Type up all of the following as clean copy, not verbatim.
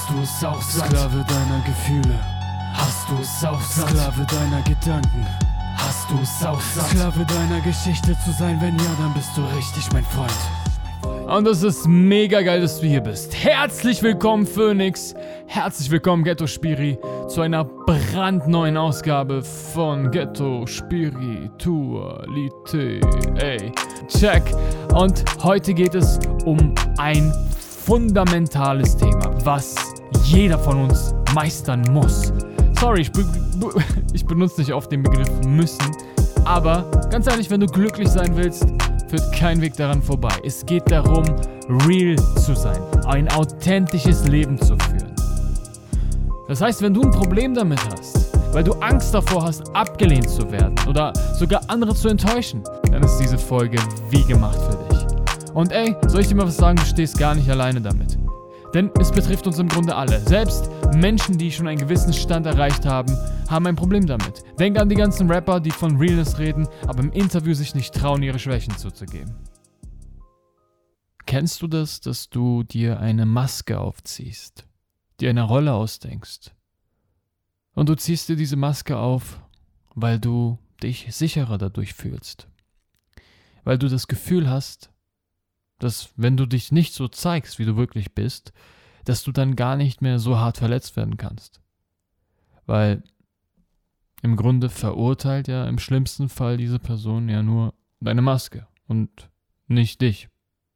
Hast du es auch satt? Sklave deiner Gefühle. Hast du es auch satt? Sklave deiner Gedanken. Hast du es auch satt? Sklave deiner Geschichte zu sein, wenn ja, dann bist du richtig mein Freund. Und es ist mega geil, dass du hier bist. Herzlich willkommen, Phoenix. Herzlich willkommen, Ghetto Spiri, zu einer brandneuen Ausgabe von Ghetto Spiritualität. Ey, check. Und heute geht es um ein fundamentales Thema, was jeder von uns meistern muss. Sorry, ich benutze nicht oft den Begriff müssen, aber ganz ehrlich, wenn du glücklich sein willst, führt kein Weg daran vorbei. Es geht darum, real zu sein, ein authentisches Leben zu führen. Das heißt, wenn du ein Problem damit hast, weil du Angst davor hast, abgelehnt zu werden oder sogar andere zu enttäuschen, dann ist diese Folge wie gemacht für dich. Und ey, soll ich dir mal was sagen, du stehst gar nicht alleine damit. Denn es betrifft uns im Grunde alle. Selbst Menschen, die schon einen gewissen Stand erreicht haben, haben ein Problem damit. Denk an die ganzen Rapper, die von Realness reden, aber im Interview sich nicht trauen, ihre Schwächen zuzugeben. Kennst du das, dass du dir eine Maske aufziehst, dir eine Rolle ausdenkst und du ziehst dir diese Maske auf, weil du dich sicherer dadurch fühlst? Weil du das Gefühl hast, dass wenn du dich nicht so zeigst, wie du wirklich bist, dass du dann gar nicht mehr so hart verletzt werden kannst. Weil im Grunde verurteilt ja im schlimmsten Fall diese Person ja nur deine Maske und nicht dich.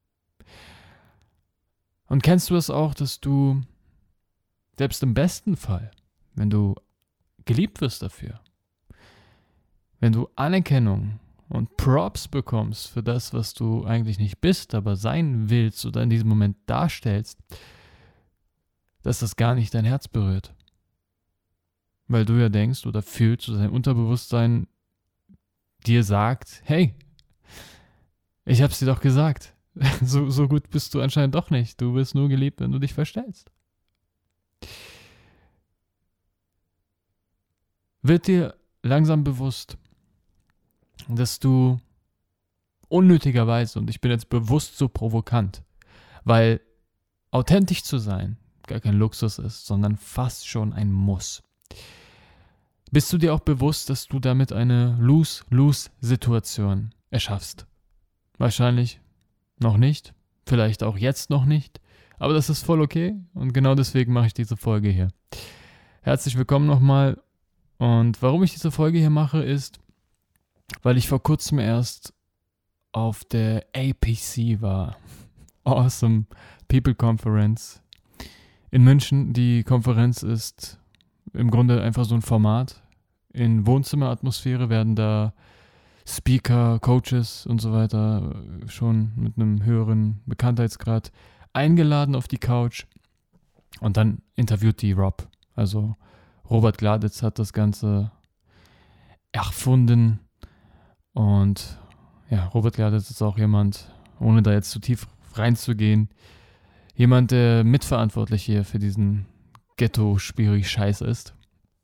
Und kennst du es auch, dass du selbst im besten Fall, wenn du geliebt wirst dafür, wenn du Anerkennung und Props bekommst für das, was du eigentlich nicht bist, aber sein willst oder in diesem Moment darstellst, dass das gar nicht dein Herz berührt. Weil du ja denkst oder fühlst oder dein Unterbewusstsein dir sagt, hey, ich hab's dir doch gesagt, so gut bist du anscheinend doch nicht, du wirst nur geliebt, wenn du dich verstellst. Wird dir langsam bewusst, dass du unnötigerweise, und ich bin jetzt bewusst so provokant, weil authentisch zu sein gar kein Luxus ist, sondern fast schon ein Muss. Bist du dir auch bewusst, dass du damit eine Lose-Lose-Situation erschaffst? Wahrscheinlich noch nicht, vielleicht auch jetzt noch nicht, aber das ist voll okay und genau deswegen mache ich diese Folge hier. Herzlich willkommen nochmal, und warum ich diese Folge hier mache ist, weil ich vor kurzem erst auf der APC war, Awesome People Conference in München. Die Konferenz ist im Grunde einfach so ein Format. In Wohnzimmeratmosphäre werden da Speaker, Coaches und so weiter schon mit einem höheren Bekanntheitsgrad eingeladen auf die Couch und dann interviewt die Rob. Also Robert Gladitz hat das Ganze erfunden. Und ja, Robert Gladitz ist auch jemand, ohne da jetzt zu tief reinzugehen, jemand, der mitverantwortlich hier für diesen Ghetto-Spiri-Scheiß ist.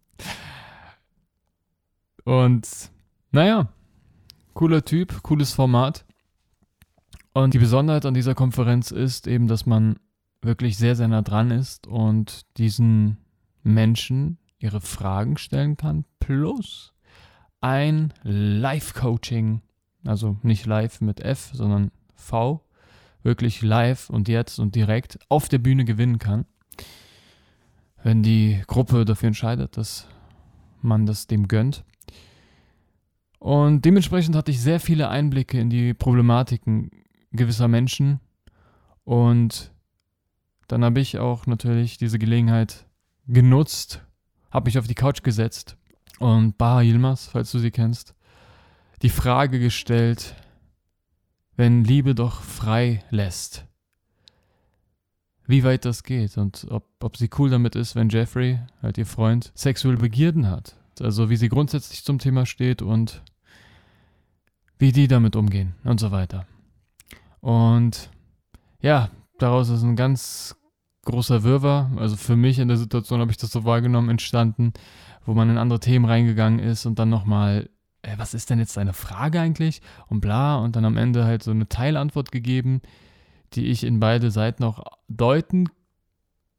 Und naja, cooler Typ, cooles Format. Und die Besonderheit an dieser Konferenz ist eben, dass man wirklich sehr, sehr nah dran ist und diesen Menschen ihre Fragen stellen kann, plus ein Live-Coaching, also nicht live mit F, sondern V, wirklich live und jetzt und direkt auf der Bühne gewinnen kann, wenn die Gruppe dafür entscheidet, dass man das dem gönnt. Und dementsprechend hatte ich sehr viele Einblicke in die Problematiken gewisser Menschen und dann habe ich auch natürlich diese Gelegenheit genutzt, habe mich auf die Couch gesetzt und Baha Yilmaz, falls du sie kennst, die Frage gestellt, wenn Liebe doch frei lässt, wie weit das geht und ob sie cool damit ist, wenn Jeffrey, halt ihr Freund, sexuelle Begierden hat. Also wie sie grundsätzlich zum Thema steht und wie die damit umgehen und so weiter. Und ja, daraus ist ein ganz großer Wirrwarr, also für mich in der Situation habe ich das so wahrgenommen, entstanden, wo man in andere Themen reingegangen ist und dann nochmal, was ist denn jetzt deine Frage eigentlich? Und bla, und dann am Ende halt so eine Teilantwort gegeben, die ich in beide Seiten auch deuten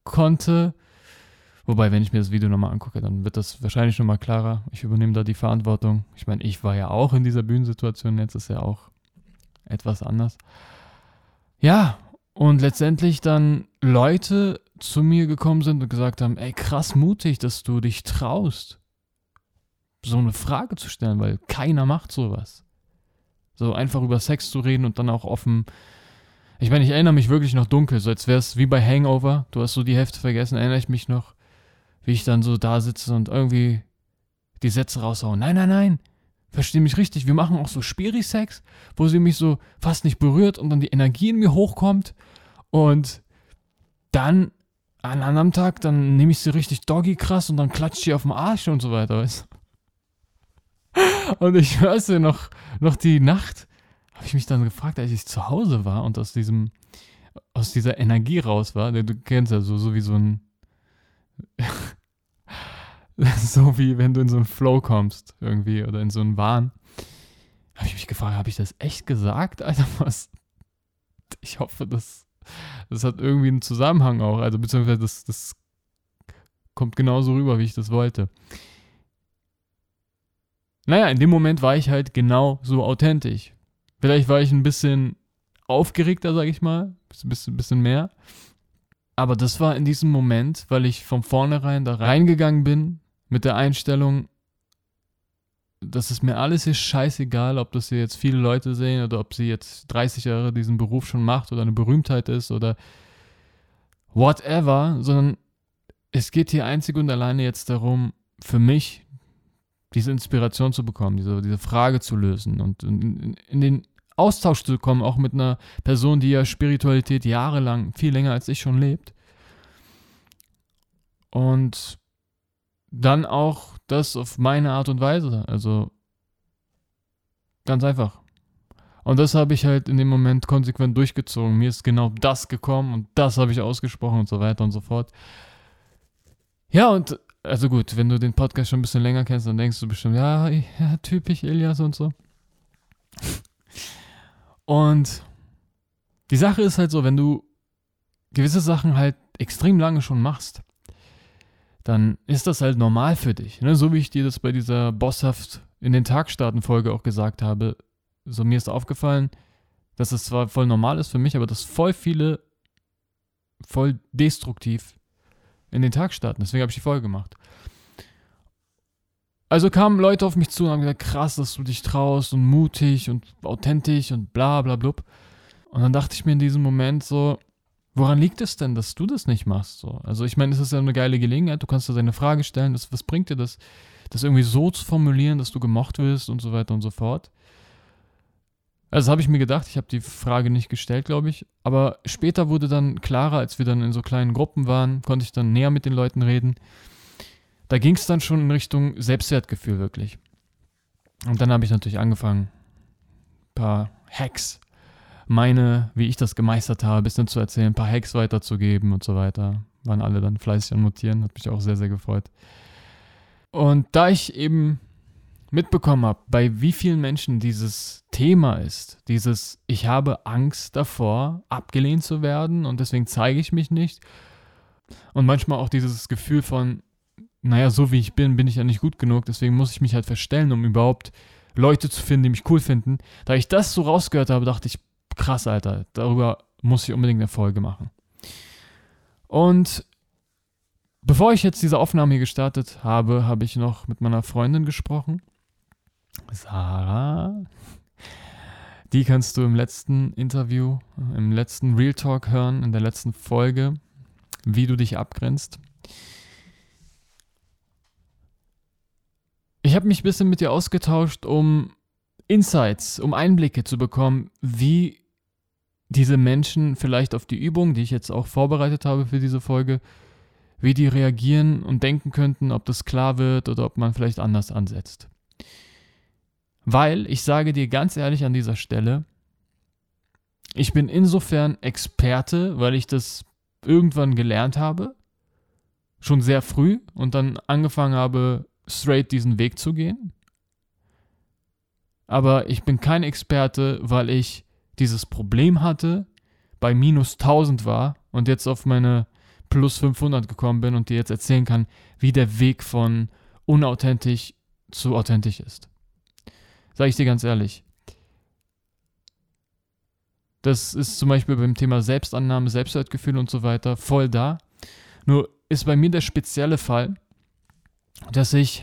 konnte. Wobei, wenn ich mir das Video nochmal angucke, dann wird das wahrscheinlich nochmal klarer. Ich übernehme da die Verantwortung. Ich meine, ich war ja auch in dieser Bühnensituation, jetzt ist ja auch etwas anders. Ja, und letztendlich dann Leute zu mir gekommen sind und gesagt haben, ey, krass mutig, dass du dich traust, so eine Frage zu stellen, weil keiner macht sowas. So einfach über Sex zu reden und dann auch offen. Ich meine, ich erinnere mich wirklich noch dunkel, so als wäre es wie bei Hangover. Du hast so die Hälfte vergessen, erinnere ich mich noch, wie ich dann so da sitze und irgendwie die Sätze raushaue. Nein, versteh mich richtig, wir machen auch so Spiri-Sex, wo sie mich so fast nicht berührt und dann die Energie in mir hochkommt und dann an einem anderen Tag, dann nehme ich sie richtig doggy krass und dann klatscht sie auf den Arsch und so weiter, weißt du? Und ich höre ja noch die Nacht, habe ich mich dann gefragt, als ich zu Hause war und aus dieser Energie raus war, du kennst ja so wie so ein so wie wenn du in so einen Flow kommst irgendwie oder in so einen Wahn, habe ich mich gefragt, habe ich das echt gesagt? Alter, was? Ich hoffe, das hat irgendwie einen Zusammenhang auch, also beziehungsweise das kommt genauso rüber, wie ich das wollte. Naja, in dem Moment war ich halt genau so authentisch. Vielleicht war ich ein bisschen aufgeregter, sag ich mal, ein bisschen mehr. Aber das war in diesem Moment, weil ich von vornherein da reingegangen bin mit der Einstellung, dass es mir alles ist scheißegal, ob das hier jetzt viele Leute sehen oder ob sie jetzt 30 Jahre diesen Beruf schon macht oder eine Berühmtheit ist oder whatever, sondern es geht hier einzig und alleine jetzt darum, für mich diese Inspiration zu bekommen, diese Frage zu lösen und in den Austausch zu kommen, auch mit einer Person, die ja Spiritualität jahrelang, viel länger als ich schon lebt. Und dann auch das auf meine Art und Weise. Also ganz einfach. Und das habe ich halt in dem Moment konsequent durchgezogen. Mir ist genau das gekommen und das habe ich ausgesprochen und so weiter und so fort. Ja, und also gut, wenn du den Podcast schon ein bisschen länger kennst, dann denkst du bestimmt, ja typisch Elias und so. Und die Sache ist halt so, wenn du gewisse Sachen halt extrem lange schon machst, dann ist das halt normal für dich. Ne? So wie ich dir das bei dieser Bosshaft in den Tag starten Folge auch gesagt habe. So mir ist aufgefallen, dass es zwar voll normal ist für mich, aber dass voll viele voll destruktiv in den Tag starten. Deswegen habe ich die Folge gemacht. Also kamen Leute auf mich zu und haben gesagt, krass, dass du dich traust und mutig und authentisch und bla bla blub. Und dann dachte ich mir in diesem Moment so, woran liegt es denn, dass du das nicht machst? So? Also ich meine, es ist ja eine geile Gelegenheit, du kannst da deine Frage stellen, was bringt dir das irgendwie so zu formulieren, dass du gemocht wirst und so weiter und so fort. Also das habe ich mir gedacht, ich habe die Frage nicht gestellt, glaube ich, aber später wurde dann klarer, als wir dann in so kleinen Gruppen waren, konnte ich dann näher mit den Leuten reden. Da ging es dann schon in Richtung Selbstwertgefühl wirklich. Und dann habe ich natürlich angefangen, ein paar Hacks, wie ich das gemeistert habe, ein bisschen zu erzählen, ein paar Hacks weiterzugeben und so weiter. Waren alle dann fleißig am Notieren, hat mich auch sehr, sehr gefreut. Und da ich eben mitbekommen habe, bei wie vielen Menschen dieses Thema ist, ich habe Angst davor, abgelehnt zu werden und deswegen zeige ich mich nicht. Und manchmal auch dieses Gefühl von, naja, so wie ich bin ich ja nicht gut genug, deswegen muss ich mich halt verstellen, um überhaupt Leute zu finden, die mich cool finden. Da ich das so rausgehört habe, dachte ich, krass, Alter, darüber muss ich unbedingt eine Folge machen. Und bevor ich jetzt diese Aufnahme hier gestartet habe, habe ich noch mit meiner Freundin gesprochen. Sarah. Die kannst du im letzten Interview, im letzten Real Talk hören, in der letzten Folge, wie du dich abgrenzt. Ich habe mich ein bisschen mit ihr ausgetauscht, um Insights, um Einblicke zu bekommen, wie diese Menschen vielleicht auf die Übung, die ich jetzt auch vorbereitet habe für diese Folge, wie die reagieren und denken könnten, ob das klar wird oder ob man vielleicht anders ansetzt. Weil, ich sage dir ganz ehrlich an dieser Stelle, ich bin insofern Experte, weil ich das irgendwann gelernt habe, schon sehr früh und dann angefangen habe, straight diesen Weg zu gehen. Aber ich bin kein Experte, weil ich dieses Problem hatte, bei minus 1000 war und jetzt auf meine plus 500 gekommen bin und dir jetzt erzählen kann, wie der Weg von unauthentisch zu authentisch ist. Sag ich dir ganz ehrlich. Das ist zum Beispiel beim Thema Selbstannahme, Selbstwertgefühl und so weiter voll da. Nur ist bei mir der spezielle Fall, dass ich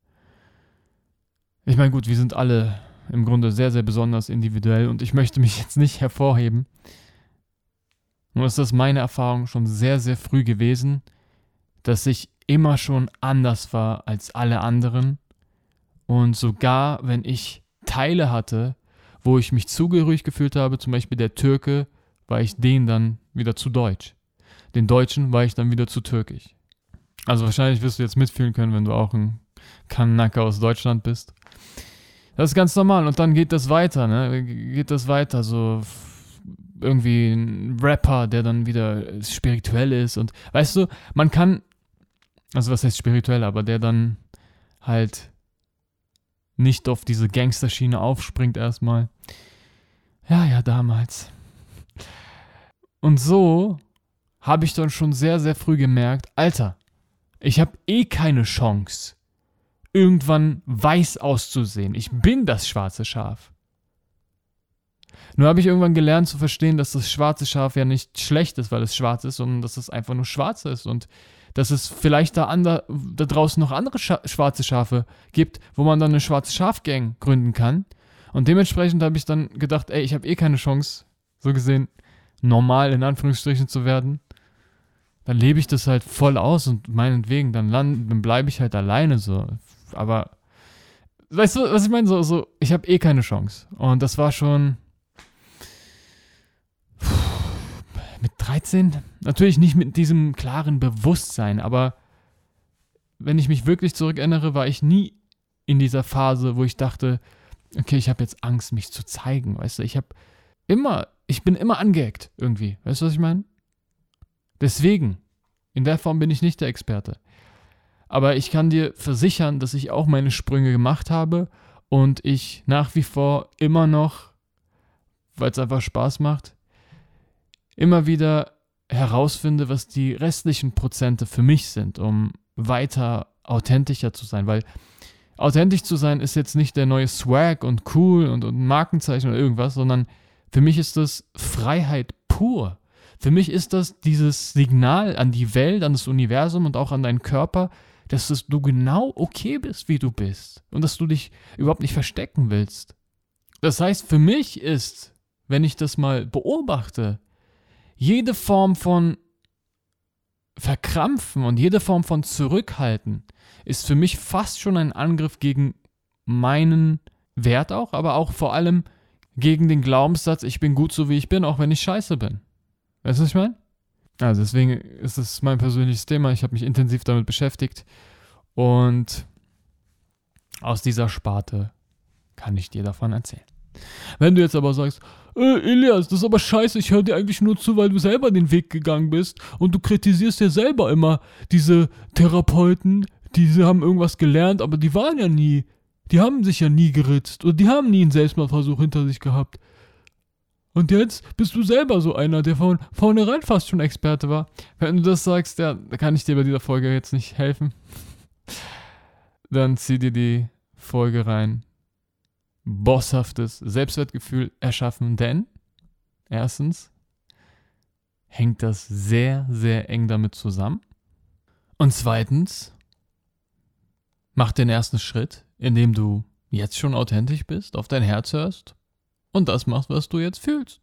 meine, gut, wir sind alle im Grunde sehr, sehr besonders individuell und ich möchte mich jetzt nicht hervorheben. Nur ist das meine Erfahrung schon sehr, sehr früh gewesen, dass ich immer schon anders war als alle anderen und sogar, wenn ich Teile hatte, wo ich mich zugehörig gefühlt habe, zum Beispiel der Türke, war ich denen dann wieder zu deutsch. Den Deutschen war ich dann wieder zu türkisch. Also wahrscheinlich wirst du jetzt mitfühlen können, wenn du auch ein Kanake aus Deutschland bist. Das ist ganz normal und dann geht das weiter, so irgendwie ein Rapper, der dann wieder spirituell ist und weißt du, man kann, also was heißt spirituell, aber der dann halt nicht auf diese Gangsterschiene aufspringt erstmal. Ja, damals. Und so habe ich dann schon sehr, sehr früh gemerkt, Alter, ich habe keine Chance, irgendwann weiß auszusehen. Ich bin das schwarze Schaf. Nur habe ich irgendwann gelernt zu verstehen, dass das schwarze Schaf ja nicht schlecht ist, weil es schwarz ist, sondern dass es einfach nur schwarz ist und dass es vielleicht da draußen noch andere schwarze Schafe gibt, wo man dann eine schwarze Schafgang gründen kann. Und dementsprechend habe ich dann gedacht, ich habe keine Chance, so gesehen, normal in Anführungsstrichen zu werden. Dann lebe ich das halt voll aus und meinetwegen, dann bleibe ich halt alleine so. Aber, weißt du, was ich meine? So, ich habe keine Chance. Und das war schon mit 13, natürlich nicht mit diesem klaren Bewusstsein, aber wenn ich mich wirklich zurückerinnere, war ich nie in dieser Phase, wo ich dachte, okay, ich habe jetzt Angst, mich zu zeigen, weißt du, ich bin immer angeeckt irgendwie, weißt du, was ich meine? Deswegen, in der Form bin ich nicht der Experte. Aber ich kann dir versichern, dass ich auch meine Sprünge gemacht habe und ich nach wie vor immer noch, weil es einfach Spaß macht, immer wieder herausfinde, was die restlichen Prozente für mich sind, um weiter authentischer zu sein. Weil authentisch zu sein ist jetzt nicht der neue Swag und cool und ein Markenzeichen oder irgendwas, sondern für mich ist das Freiheit pur. Für mich ist das dieses Signal an die Welt, an das Universum und auch an deinen Körper, dass du genau okay bist, wie du bist und dass du dich überhaupt nicht verstecken willst. Das heißt, für mich ist, wenn ich das mal beobachte, jede Form von Verkrampfen und jede Form von Zurückhalten ist für mich fast schon ein Angriff gegen meinen Wert auch, aber auch vor allem gegen den Glaubenssatz, ich bin gut so wie ich bin, auch wenn ich scheiße bin. Weißt du, was ich meine? Also deswegen ist es mein persönliches Thema. Ich habe mich intensiv damit beschäftigt und aus dieser Sparte kann ich dir davon erzählen. Wenn du jetzt aber sagst, Elias, das ist aber scheiße, ich höre dir eigentlich nur zu, weil du selber den Weg gegangen bist und du kritisierst ja selber immer diese Therapeuten, die haben irgendwas gelernt, aber die haben sich ja nie geritzt und die haben nie einen Selbstmordversuch hinter sich gehabt. Und jetzt bist du selber so einer, der von vornherein fast schon Experte war. Wenn du das sagst, ja, da kann ich dir bei dieser Folge jetzt nicht helfen. Dann zieh dir die Folge rein. Bosshaftes Selbstwertgefühl erschaffen, denn erstens hängt das sehr, sehr eng damit zusammen. Und zweitens, mach den ersten Schritt, indem du jetzt schon authentisch bist, auf dein Herz hörst und das machst, was du jetzt fühlst.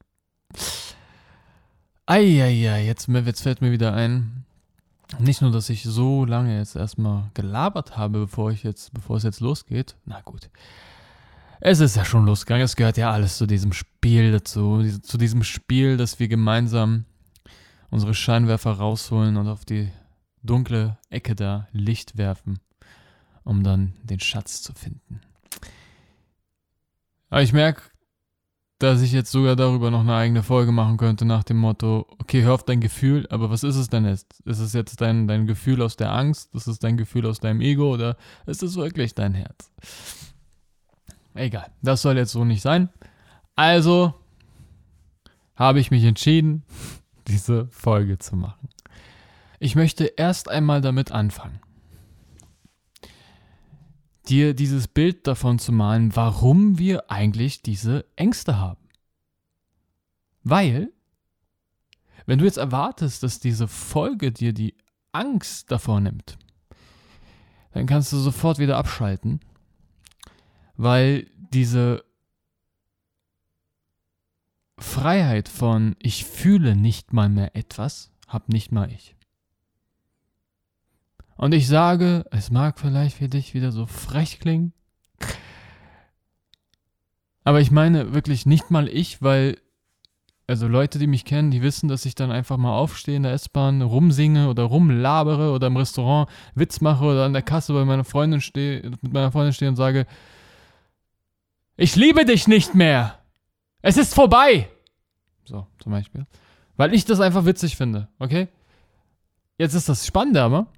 Jetzt fällt mir wieder ein, nicht nur, dass ich so lange jetzt erstmal gelabert habe, bevor es jetzt losgeht. Na gut. Es ist ja schon losgegangen, es gehört ja alles zu diesem Spiel dazu, zu diesem Spiel, dass wir gemeinsam unsere Scheinwerfer rausholen und auf die dunkle Ecke da Licht werfen, um dann den Schatz zu finden. Aber ich merke, dass ich jetzt sogar darüber noch eine eigene Folge machen könnte, nach dem Motto, okay, hör auf dein Gefühl, aber was ist es denn jetzt? Ist es jetzt dein Gefühl aus der Angst? Ist es dein Gefühl aus deinem Ego? Oder ist es wirklich dein Herz? Egal, das soll jetzt so nicht sein. Also habe ich mich entschieden, diese Folge zu machen. Ich möchte erst einmal damit anfangen, dir dieses Bild davon zu malen, warum wir eigentlich diese Ängste haben. Weil, wenn du jetzt erwartest, dass diese Folge dir die Angst davor nimmt, dann kannst du sofort wieder abschalten, weil diese Freiheit von ich fühle nicht mal mehr etwas, hab nicht mal ich. Und ich sage, es mag vielleicht für dich wieder so frech klingen, aber ich meine wirklich nicht mal ich, weil, also Leute, die mich kennen, die wissen, dass ich dann einfach mal aufstehe in der S-Bahn, rumsinge oder rumlabere oder im Restaurant Witz mache oder an der Kasse mit meiner Freundin stehe und sage, ich liebe dich nicht mehr. Es ist vorbei. So, zum Beispiel. Weil ich das einfach witzig finde, okay? Jetzt ist das Spannende aber,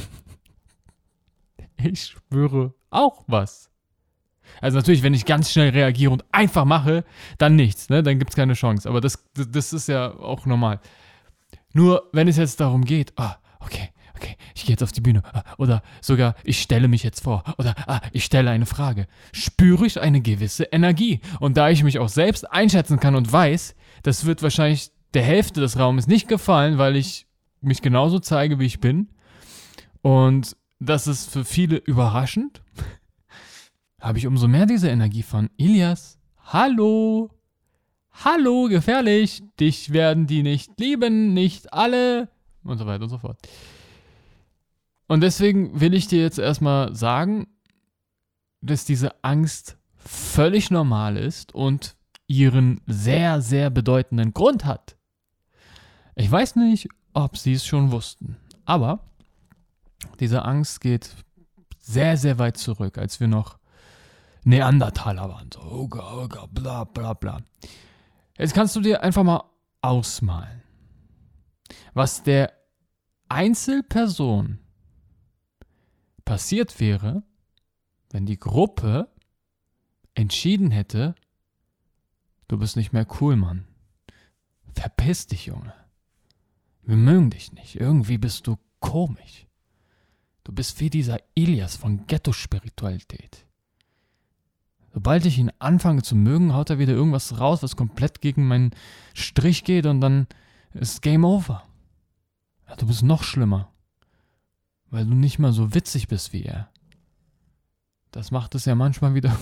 ich spüre auch was. Also natürlich, wenn ich ganz schnell reagiere und einfach mache, dann nichts, ne? Dann gibt es keine Chance. Aber das ist ja auch normal. Nur, wenn es jetzt darum geht, okay, ich gehe jetzt auf die Bühne. Oder sogar, ich stelle mich jetzt vor. Oder, ich stelle eine Frage. Spüre ich eine gewisse Energie. Und da ich mich auch selbst einschätzen kann und weiß, das wird wahrscheinlich der Hälfte des Raumes nicht gefallen, weil ich mich genauso zeige, wie ich bin. Und das ist für viele überraschend. Habe ich umso mehr diese Energie von Ilias. Hallo, gefährlich. Dich werden die nicht lieben, nicht alle. Und so weiter und so fort. Und deswegen will ich dir jetzt erstmal sagen, dass diese Angst völlig normal ist und ihren sehr, sehr bedeutenden Grund hat. Ich weiß nicht, ob sie es schon wussten, aber diese Angst geht sehr, sehr weit zurück, als wir noch Neandertaler waren. So, Oga, bla, bla, bla. Jetzt kannst du dir einfach mal ausmalen, was der Einzelperson passiert wäre, wenn die Gruppe entschieden hätte, du bist nicht mehr cool, Mann. Verpiss dich, Junge. Wir mögen dich nicht. Irgendwie bist du komisch. Du bist wie dieser Ilias von Ghetto-Spiritualität. Sobald ich ihn anfange zu mögen, haut er wieder irgendwas raus, was komplett gegen meinen Strich geht und dann ist Game Over. Ja, du bist noch schlimmer. Weil du nicht mal so witzig bist wie er. Das macht es ja manchmal wieder.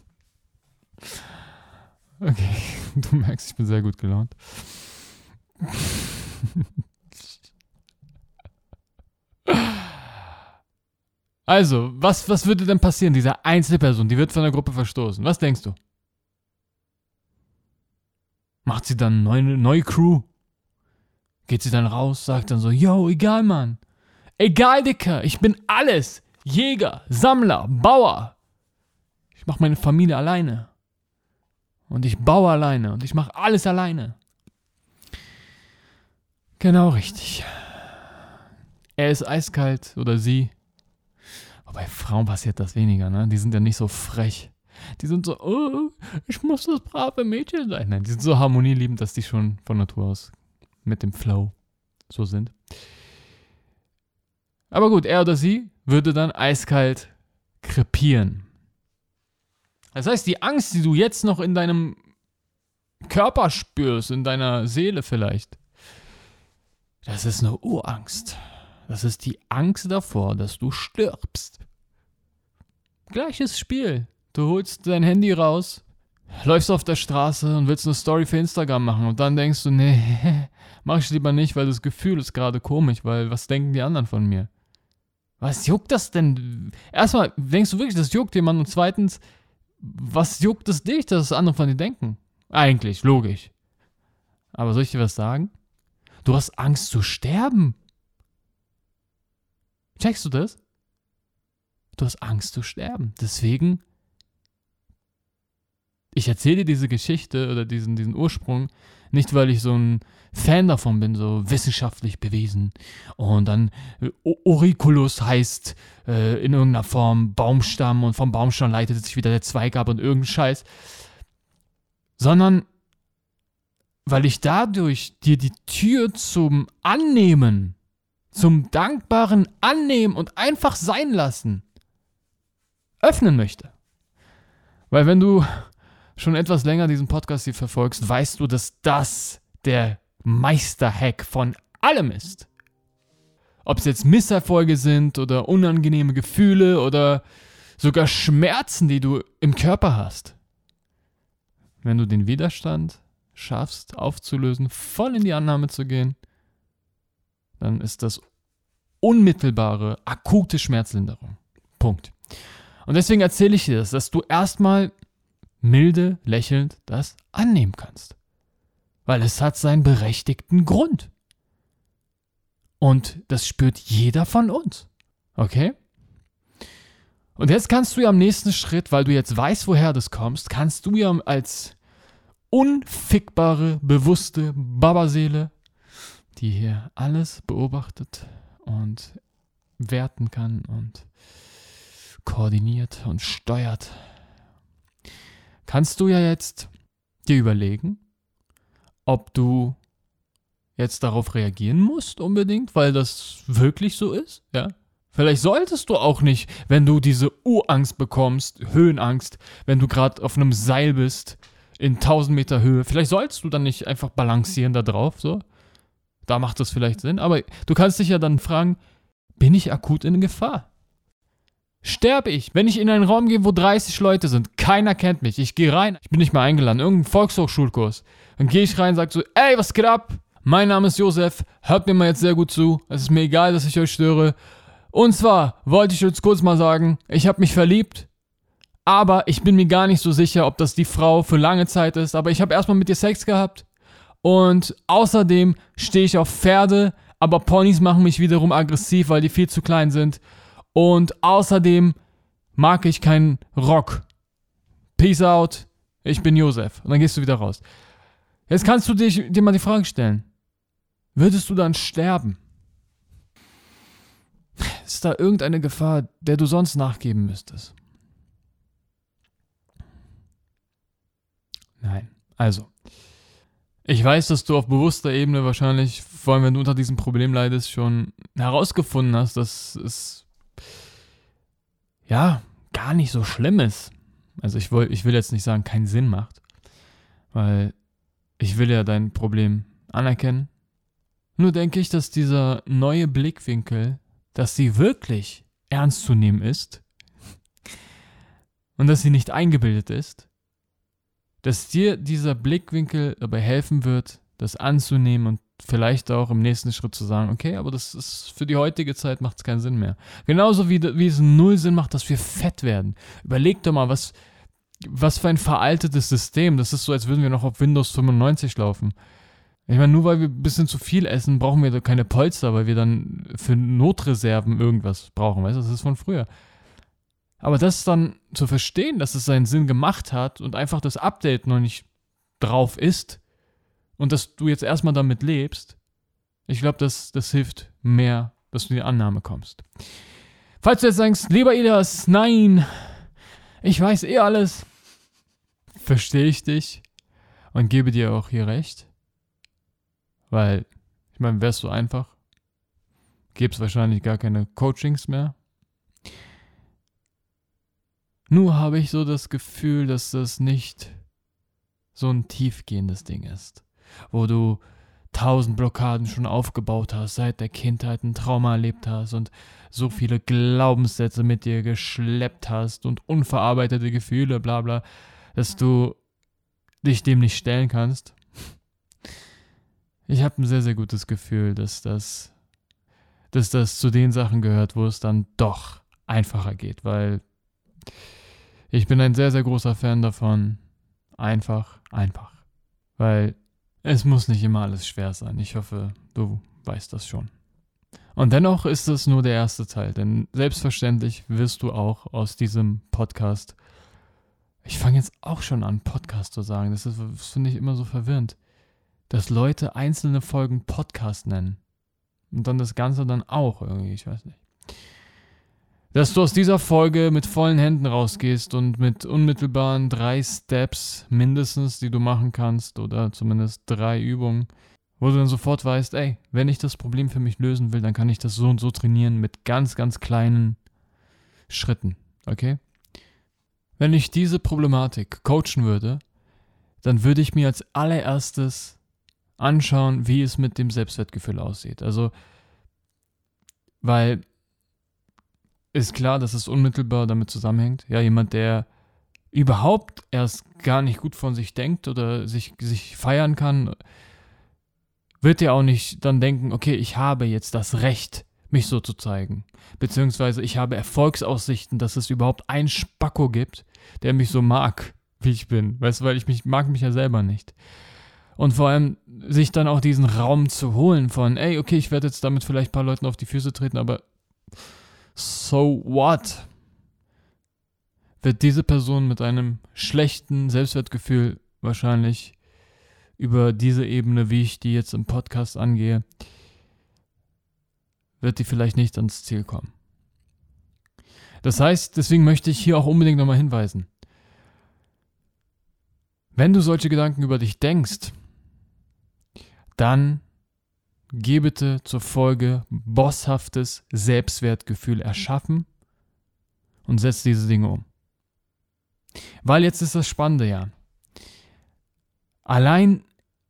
Okay, du merkst, ich bin sehr gut gelaunt. Also, was würde denn passieren? Diese Einzelperson, die wird von der Gruppe verstoßen. Was denkst du? Macht sie dann eine neue Crew? Geht sie dann raus, sagt dann so, yo, egal, Mann. Egal, Dicker, ich bin alles. Jäger, Sammler, Bauer. Ich mache meine Familie alleine. Und ich baue alleine. Und ich mache alles alleine. Genau richtig. Er ist eiskalt oder sie. Aber bei Frauen passiert das weniger, ne? Die sind ja nicht so frech. Die sind so, oh, ich muss das brave Mädchen sein. Nein, die sind so harmonieliebend, dass die schon von Natur aus mit dem Flow so sind. Aber gut, er oder sie würde dann eiskalt krepieren. Das heißt, die Angst, die du jetzt noch in deinem Körper spürst, in deiner Seele vielleicht, das ist eine Urangst. Das ist die Angst davor, dass du stirbst. Gleiches Spiel. Du holst dein Handy raus, läufst auf der Straße und willst eine Story für Instagram machen und dann denkst du, nee, mach ich lieber nicht, weil das Gefühl ist gerade komisch, weil was denken die anderen von mir? Was juckt das denn? Erstmal, denkst du wirklich, das juckt jemand? Und zweitens, was juckt es dich, dass andere von dir denken? Eigentlich, logisch. Aber soll ich dir was sagen? Du hast Angst zu sterben. Checkst du das? Du hast Angst zu sterben. Deswegen, ich erzähle dir diese Geschichte oder diesen Ursprung nicht, weil ich so ein Fan davon bin, so wissenschaftlich bewiesen. Und dann Auriculus heißt in irgendeiner Form Baumstamm und vom Baumstamm leitet sich wieder der Zweig ab und irgendein Scheiß. Sondern weil ich dadurch dir die Tür zum Annehmen, zum dankbaren Annehmen und einfach sein lassen öffnen möchte. Weil wenn du schon etwas länger diesen Podcast hier verfolgst, weißt du, dass das der Meisterhack von allem ist. Ob es jetzt Misserfolge sind oder unangenehme Gefühle oder sogar Schmerzen, die du im Körper hast. Wenn du den Widerstand schaffst aufzulösen, voll in die Annahme zu gehen, dann ist das unmittelbare, akute Schmerzlinderung. Punkt. Und deswegen erzähle ich dir das, dass du erstmal milde, lächelnd das annehmen kannst. Weil es hat seinen berechtigten Grund. Und das spürt jeder von uns. Okay? Und jetzt kannst du ja am nächsten Schritt, weil du jetzt weißt, woher das kommst, kannst du ja als unfickbare, bewusste Babaseele, die hier alles beobachtet und werten kann und koordiniert und steuert, kannst du ja jetzt dir überlegen, ob du jetzt darauf reagieren musst unbedingt, weil das wirklich so ist, ja. Vielleicht solltest du auch nicht, wenn du diese Urangst bekommst, Höhenangst, wenn du gerade auf einem Seil bist, in 1000 Meter Höhe, vielleicht solltest du dann nicht einfach balancieren da drauf, so. Da macht das vielleicht Sinn, aber du kannst dich ja dann fragen, bin ich akut in Gefahr? Sterbe ich, wenn ich in einen Raum gehe, wo 30 Leute sind, keiner kennt mich, ich gehe rein, ich bin nicht mehr eingeladen, irgendein Volkshochschulkurs, dann gehe ich rein und sage so, ey, was geht ab? Mein Name ist Josef, hört mir mal jetzt sehr gut zu, es ist mir egal, dass ich euch störe. Und zwar wollte ich jetzt kurz mal sagen, ich habe mich verliebt, aber ich bin mir gar nicht so sicher, ob das die Frau für lange Zeit ist, aber ich habe erstmal mit ihr Sex gehabt und außerdem stehe ich auf Pferde, aber Ponys machen mich wiederum aggressiv, weil die viel zu klein sind und außerdem mag ich keinen Rock. Peace out, ich bin Josef. Und dann gehst du wieder raus. Jetzt kannst du dir mal die Frage stellen, würdest du dann sterben? Ist da irgendeine Gefahr, der du sonst nachgeben müsstest? Nein. Also, ich weiß, dass du auf bewusster Ebene wahrscheinlich, vor allem wenn du unter diesem Problem leidest, schon herausgefunden hast, dass es ja gar nicht so schlimm ist. Also ich will jetzt nicht sagen, keinen Sinn macht, weil ich will ja dein Problem anerkennen. Nur denke ich, dass dieser neue Blickwinkel, dass sie wirklich ernst zu nehmen ist und dass sie nicht eingebildet ist, dass dir dieser Blickwinkel dabei helfen wird, das anzunehmen und vielleicht auch im nächsten Schritt zu sagen, okay, aber das ist für die heutige Zeit macht es keinen Sinn mehr. Genauso wie es null Sinn macht, dass wir fett werden. Überleg doch mal, was für ein veraltetes System. Das ist so, als würden wir noch auf Windows 95 laufen. Ich meine, nur weil wir ein bisschen zu viel essen, brauchen wir keine Polster, weil wir dann für Notreserven irgendwas brauchen. Weißt du, das ist von früher. Aber das dann zu verstehen, dass es seinen Sinn gemacht hat und einfach das Update noch nicht drauf ist und dass du jetzt erstmal damit lebst, ich glaube, das hilft mehr, dass du in die Annahme kommst. Falls du jetzt denkst, lieber Elias, nein, ich weiß eh alles, verstehe ich dich und gebe dir auch hier recht. Weil, ich meine, wär's so einfach, gäbe es wahrscheinlich gar keine Coachings mehr. Nur habe ich so das Gefühl, dass das nicht so ein tiefgehendes Ding ist, wo du 1000 Blockaden schon aufgebaut hast, seit der Kindheit ein Trauma erlebt hast und so viele Glaubenssätze mit dir geschleppt hast und unverarbeitete Gefühle, bla bla, dass du dich dem nicht stellen kannst. Ich habe ein sehr, sehr gutes Gefühl, dass das zu den Sachen gehört, wo es dann doch einfacher geht, weil ich bin ein sehr, sehr großer Fan davon, einfach. Weil es muss nicht immer alles schwer sein. Ich hoffe, du weißt das schon. Und dennoch ist es nur der erste Teil, denn selbstverständlich wirst du auch aus diesem Podcast, ich fange jetzt auch schon an, Podcast zu sagen, das finde ich immer so verwirrend, dass Leute einzelne Folgen Podcast nennen. Und dann das Ganze dann auch irgendwie, ich weiß nicht. Dass du aus dieser Folge mit vollen Händen rausgehst und mit unmittelbaren 3 Steps mindestens, die du machen kannst, oder zumindest 3 Übungen, Wo du dann sofort weißt, ey, wenn ich das Problem für mich lösen will, dann kann ich das so und so trainieren mit ganz, ganz kleinen Schritten, okay? Wenn ich diese Problematik coachen würde, dann würde ich mir als allererstes anschauen, wie es mit dem Selbstwertgefühl aussieht. Also, weil ist klar, dass es unmittelbar damit zusammenhängt. Ja, jemand, der überhaupt erst gar nicht gut von sich denkt oder sich feiern kann, wird ja auch nicht dann denken, okay, ich habe jetzt das Recht, mich so zu zeigen. Beziehungsweise ich habe Erfolgsaussichten, dass es überhaupt einen Spacko gibt, der mich so mag, wie ich bin. Weißt du, weil mag mich ja selber nicht. Und vor allem sich dann auch diesen Raum zu holen von, ey, okay, ich werde jetzt damit vielleicht ein paar Leuten auf die Füße treten, aber so what? Wird diese Person mit einem schlechten Selbstwertgefühl wahrscheinlich über diese Ebene, wie ich die jetzt im Podcast angehe, wird die vielleicht nicht ans Ziel kommen. Das heißt, deswegen möchte ich hier auch unbedingt nochmal hinweisen. Wenn du solche Gedanken über dich denkst, dann geh bitte zur Folge bosshaftes Selbstwertgefühl erschaffen und setz diese Dinge um. Weil jetzt ist das Spannende ja. Allein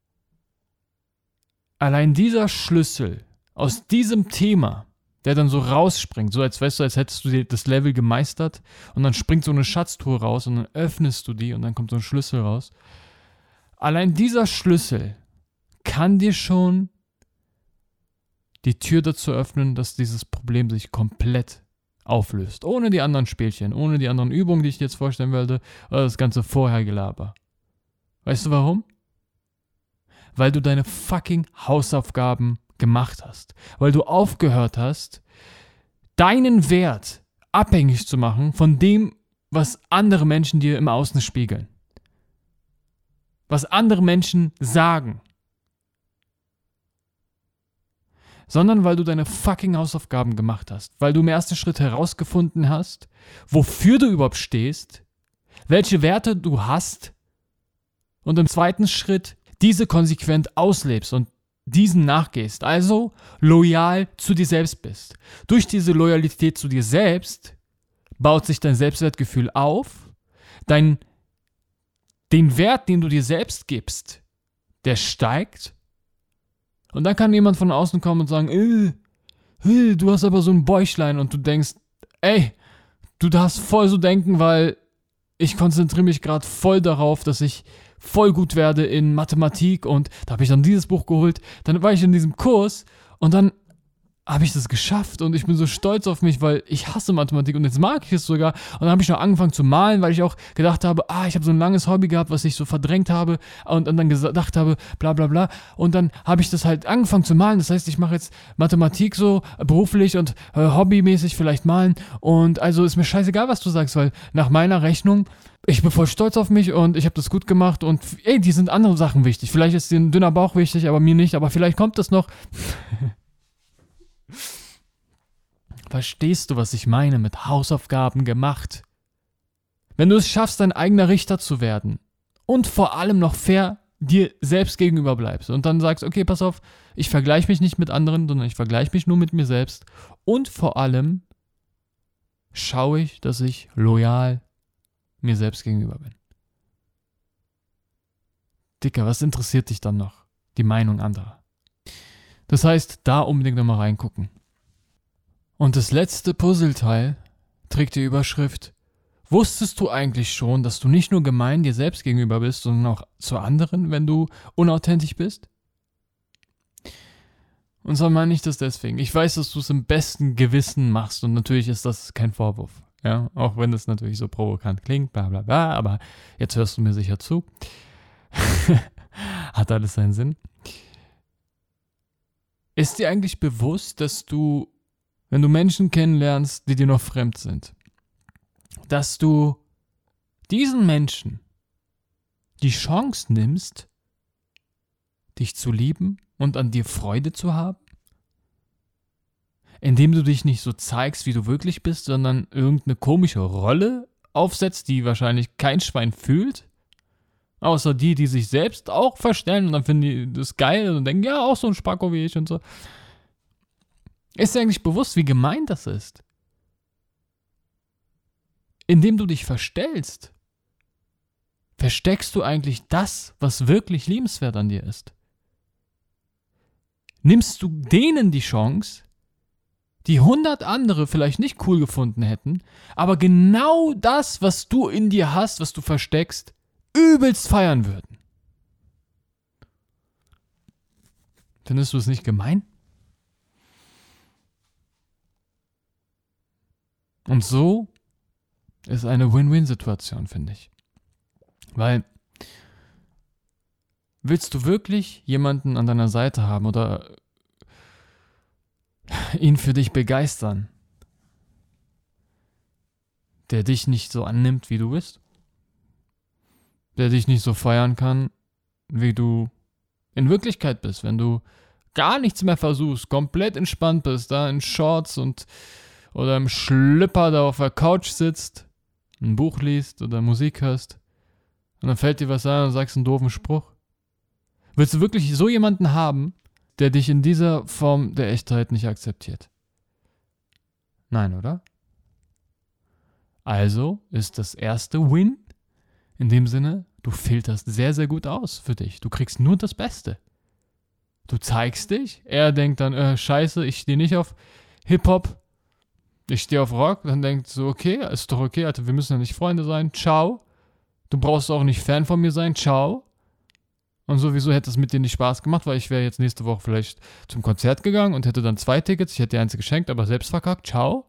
dieser Schlüssel aus diesem Thema, der dann so rausspringt, so als weißt du, als hättest du das Level gemeistert und dann springt so eine Schatztruhe raus und dann öffnest du die und dann kommt so ein Schlüssel raus. Allein dieser Schlüssel kann dir schon die Tür dazu öffnen, dass dieses Problem sich komplett auflöst. Ohne die anderen Spielchen, ohne die anderen Übungen, die ich dir jetzt vorstellen werde, oder das ganze Vorhergelaber. Weißt du warum? Weil du deine fucking Hausaufgaben gemacht hast. Weil du aufgehört hast, deinen Wert abhängig zu machen von dem, was andere Menschen dir im Außen spiegeln. Was andere Menschen sagen. Sondern weil du deine fucking Hausaufgaben gemacht hast. Weil du im ersten Schritt herausgefunden hast, wofür du überhaupt stehst, welche Werte du hast und im zweiten Schritt diese konsequent auslebst und diesen nachgehst. Also loyal zu dir selbst bist. Durch diese Loyalität zu dir selbst baut sich dein Selbstwertgefühl auf. Den Wert, den du dir selbst gibst, der steigt. Und dann kann jemand von außen kommen und sagen, du hast aber so ein Bäuchlein und du denkst, ey, du darfst voll so denken, weil ich konzentriere mich gerade voll darauf, dass ich voll gut werde in Mathematik und da habe ich dann dieses Buch geholt, dann war ich in diesem Kurs und dann habe ich das geschafft und ich bin so stolz auf mich, weil ich hasse Mathematik und jetzt mag ich es sogar. Und dann habe ich noch angefangen zu malen, weil ich auch gedacht habe, ich habe so ein langes Hobby gehabt, was ich so verdrängt habe und dann gedacht habe, bla bla bla. Und dann habe ich das halt angefangen zu malen. Das heißt, ich mache jetzt Mathematik so beruflich und hobbymäßig vielleicht malen. Und also ist mir scheißegal, was du sagst, weil nach meiner Rechnung, ich bin voll stolz auf mich und ich habe das gut gemacht und die sind andere Sachen wichtig. Vielleicht ist dir ein dünner Bauch wichtig, aber mir nicht. Aber vielleicht kommt das noch. Verstehst du, was ich meine mit Hausaufgaben gemacht? Wenn du es schaffst, dein eigener Richter zu werden und vor allem noch fair dir selbst gegenüber bleibst und dann sagst, okay, pass auf, ich vergleiche mich nicht mit anderen, sondern ich vergleiche mich nur mit mir selbst und vor allem schaue ich, dass ich loyal mir selbst gegenüber bin. Dicker, was interessiert dich dann noch? Die Meinung anderer. Das heißt, da unbedingt nochmal reingucken. Und das letzte Puzzleteil trägt die Überschrift: Wusstest du eigentlich schon, dass du nicht nur gemein dir selbst gegenüber bist, sondern auch zu anderen, wenn du unauthentisch bist? Und zwar meine ich das deswegen. Ich weiß, dass du es im besten Gewissen machst und natürlich ist das kein Vorwurf. Ja, auch wenn das natürlich so provokant klingt, bla bla bla, aber jetzt hörst du mir sicher zu. Hat alles seinen Sinn. Ist dir eigentlich bewusst, dass du, wenn du Menschen kennenlernst, die dir noch fremd sind, dass du diesen Menschen die Chance nimmst, dich zu lieben und an dir Freude zu haben? Indem du dich nicht so zeigst, wie du wirklich bist, sondern irgendeine komische Rolle aufsetzt, die wahrscheinlich kein Schwein fühlt? Außer die sich selbst auch verstellen und dann finden die das geil und denken, ja, auch so ein Spacko wie ich und so. Ist dir eigentlich bewusst, wie gemein das ist? Indem du dich verstellst, versteckst du eigentlich das, was wirklich liebenswert an dir ist. Nimmst du denen die Chance, die 100 andere vielleicht nicht cool gefunden hätten, aber genau das, was du in dir hast, was du versteckst, übelst feiern würden. Findest du es nicht gemein? Und so ist eine Win-Win-Situation, finde ich. Weil, willst du wirklich jemanden an deiner Seite haben oder ihn für dich begeistern, der dich nicht so annimmt, wie du bist? Der dich nicht so feiern kann, wie du in Wirklichkeit bist, wenn du gar nichts mehr versuchst, komplett entspannt bist, da in Shorts oder im Schlüpper da auf der Couch sitzt, ein Buch liest oder Musik hörst und dann fällt dir was ein und sagst einen doofen Spruch. Willst du wirklich so jemanden haben, der dich in dieser Form der Echtheit nicht akzeptiert? Nein, oder? Also ist das erste Win in dem Sinne, du filterst sehr, sehr gut aus für dich. Du kriegst nur das Beste. Du zeigst dich, er denkt dann, scheiße, ich stehe nicht auf Hip-Hop, ich stehe auf Rock, dann denkt so, okay, ist doch okay, Alter, wir müssen ja nicht Freunde sein, ciao. Du brauchst auch nicht Fan von mir sein, ciao. Und sowieso hätte es mit dir nicht Spaß gemacht, weil ich wäre jetzt nächste Woche vielleicht zum Konzert gegangen und hätte dann 2 Tickets, ich hätte dir eins geschenkt, aber selbst verkackt, ciao.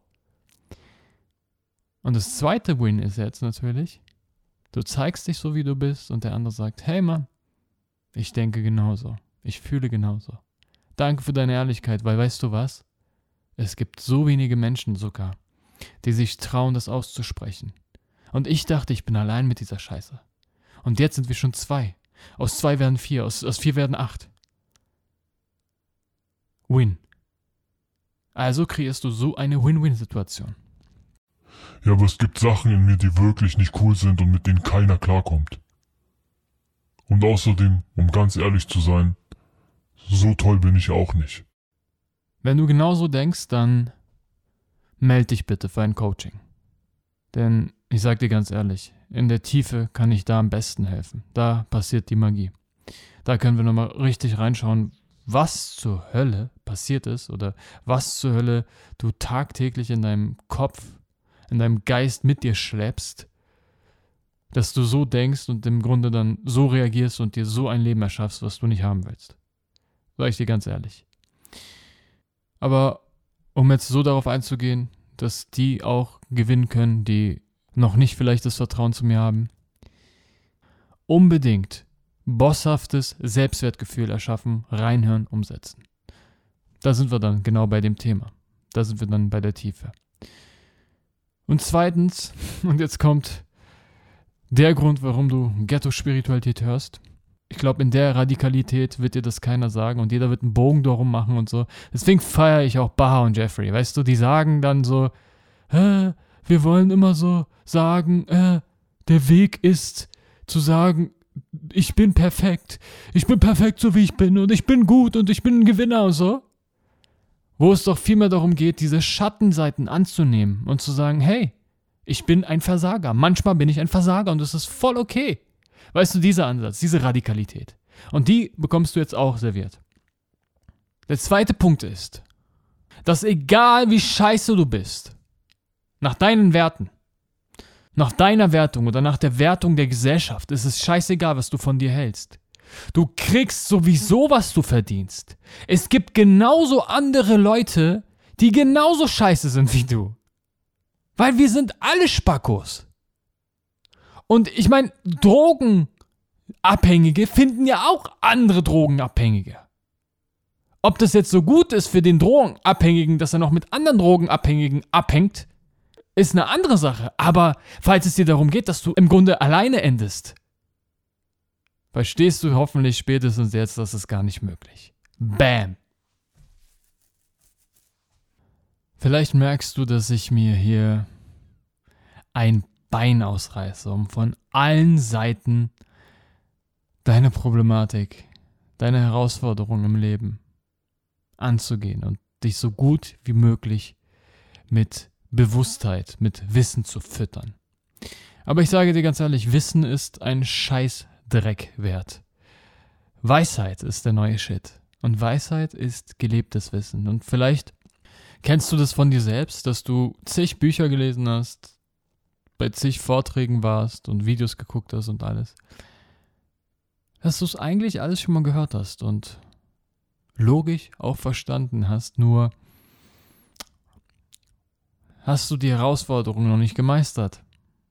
Und das zweite Win ist jetzt natürlich, du zeigst dich so, wie du bist und der andere sagt, hey Mann, ich denke genauso, ich fühle genauso. Danke für deine Ehrlichkeit, weil weißt du was? Es gibt so wenige Menschen sogar, die sich trauen, das auszusprechen. Und ich dachte, ich bin allein mit dieser Scheiße. Und jetzt sind wir schon 2. Aus 2 werden 4, aus 4 werden 8. Win. Also kreierst du so eine Win-Win-Situation. Ja, aber es gibt Sachen in mir, die wirklich nicht cool sind und mit denen keiner klarkommt. Und außerdem, um ganz ehrlich zu sein, so toll bin ich auch nicht. Wenn du genauso denkst, dann melde dich bitte für ein Coaching. Denn ich sag dir ganz ehrlich, in der Tiefe kann ich da am besten helfen. Da passiert die Magie. Da können wir nochmal richtig reinschauen, was zur Hölle passiert ist oder was zur Hölle du tagtäglich in deinem Kopf, in deinem Geist mit dir schleppst, dass du so denkst und im Grunde dann so reagierst und dir so ein Leben erschaffst, was du nicht haben willst. Sag ich dir ganz ehrlich. Aber um jetzt so darauf einzugehen, dass die auch gewinnen können, die noch nicht vielleicht das Vertrauen zu mir haben, unbedingt bosshaftes Selbstwertgefühl erschaffen, reinhören, umsetzen. Da sind wir dann genau bei dem Thema. Da sind wir dann bei der Tiefe. Und zweitens, und jetzt kommt der Grund, warum du Ghetto-Spiritualität hörst. Ich glaube, in der Radikalität wird dir das keiner sagen und jeder wird einen Bogen darum machen und so. Deswegen feiere ich auch Baha und Jeffrey. Weißt du, die sagen dann so, wir wollen immer so sagen, der Weg ist zu sagen, ich bin perfekt so wie ich bin und ich bin gut und ich bin ein Gewinner und so. Wo es doch vielmehr darum geht, diese Schattenseiten anzunehmen und zu sagen, hey, ich bin ein Versager. Manchmal bin ich ein Versager und das ist voll okay. Weißt du, dieser Ansatz, diese Radikalität. Und die bekommst du jetzt auch serviert. Der zweite Punkt ist, dass egal wie scheiße du bist, nach deinen Werten, nach deiner Wertung oder nach der Wertung der Gesellschaft, ist es scheißegal, was du von dir hältst. Du kriegst sowieso, was du verdienst. Es gibt genauso andere Leute, die genauso scheiße sind wie du. Weil wir sind alle Spackos. Und ich meine, Drogenabhängige finden ja auch andere Drogenabhängige. Ob das jetzt so gut ist für den Drogenabhängigen, dass er noch mit anderen Drogenabhängigen abhängt, ist eine andere Sache. Aber falls es dir darum geht, dass du im Grunde alleine endest, verstehst du hoffentlich spätestens jetzt, dass es gar nicht möglich. Bam. Vielleicht merkst du, dass ich mir hier ein Bein ausreiße, um von allen Seiten deine Problematik, deine Herausforderung im Leben anzugehen und dich so gut wie möglich mit Bewusstheit, mit Wissen zu füttern. Aber ich sage dir ganz ehrlich, Wissen ist ein Scheißdreck wert. Weisheit ist der neue Shit. Und Weisheit ist gelebtes Wissen. Und vielleicht kennst du das von dir selbst, dass du zig Bücher gelesen hast, bei zig Vorträgen warst und Videos geguckt hast und alles. Dass du es eigentlich alles schon mal gehört hast und logisch auch verstanden hast, nur hast du die Herausforderung noch nicht gemeistert.